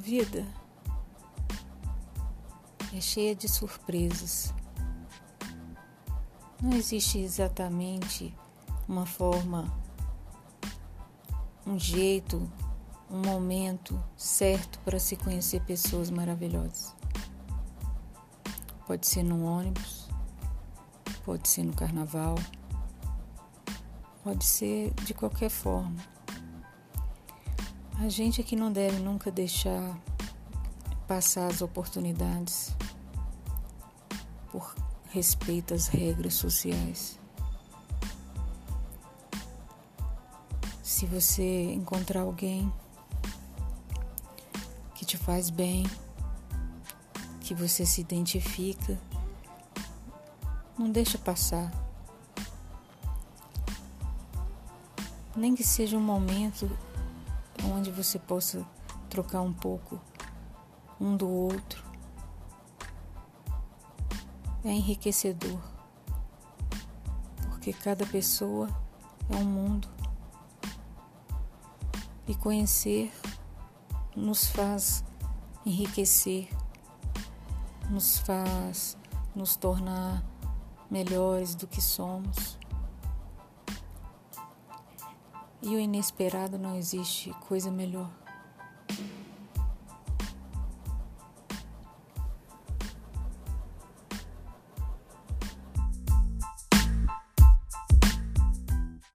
vida é cheia de surpresas. Não existe exatamente uma forma, um jeito, um momento certo para se conhecer pessoas maravilhosas. Pode ser num ônibus, pode ser no carnaval, pode ser de qualquer forma. A gente aqui não deve nunca deixar passar as oportunidades por respeito às regras sociais. Se você encontrar alguém que te faz bem, que você se identifica, não deixa passar. Nem que seja um momento onde você possa trocar um pouco um do outro. É enriquecedor, porque cada pessoa é um mundo. E conhecer nos faz enriquecer, nos faz nos tornar melhores do que somos. E o inesperado não existe coisa melhor.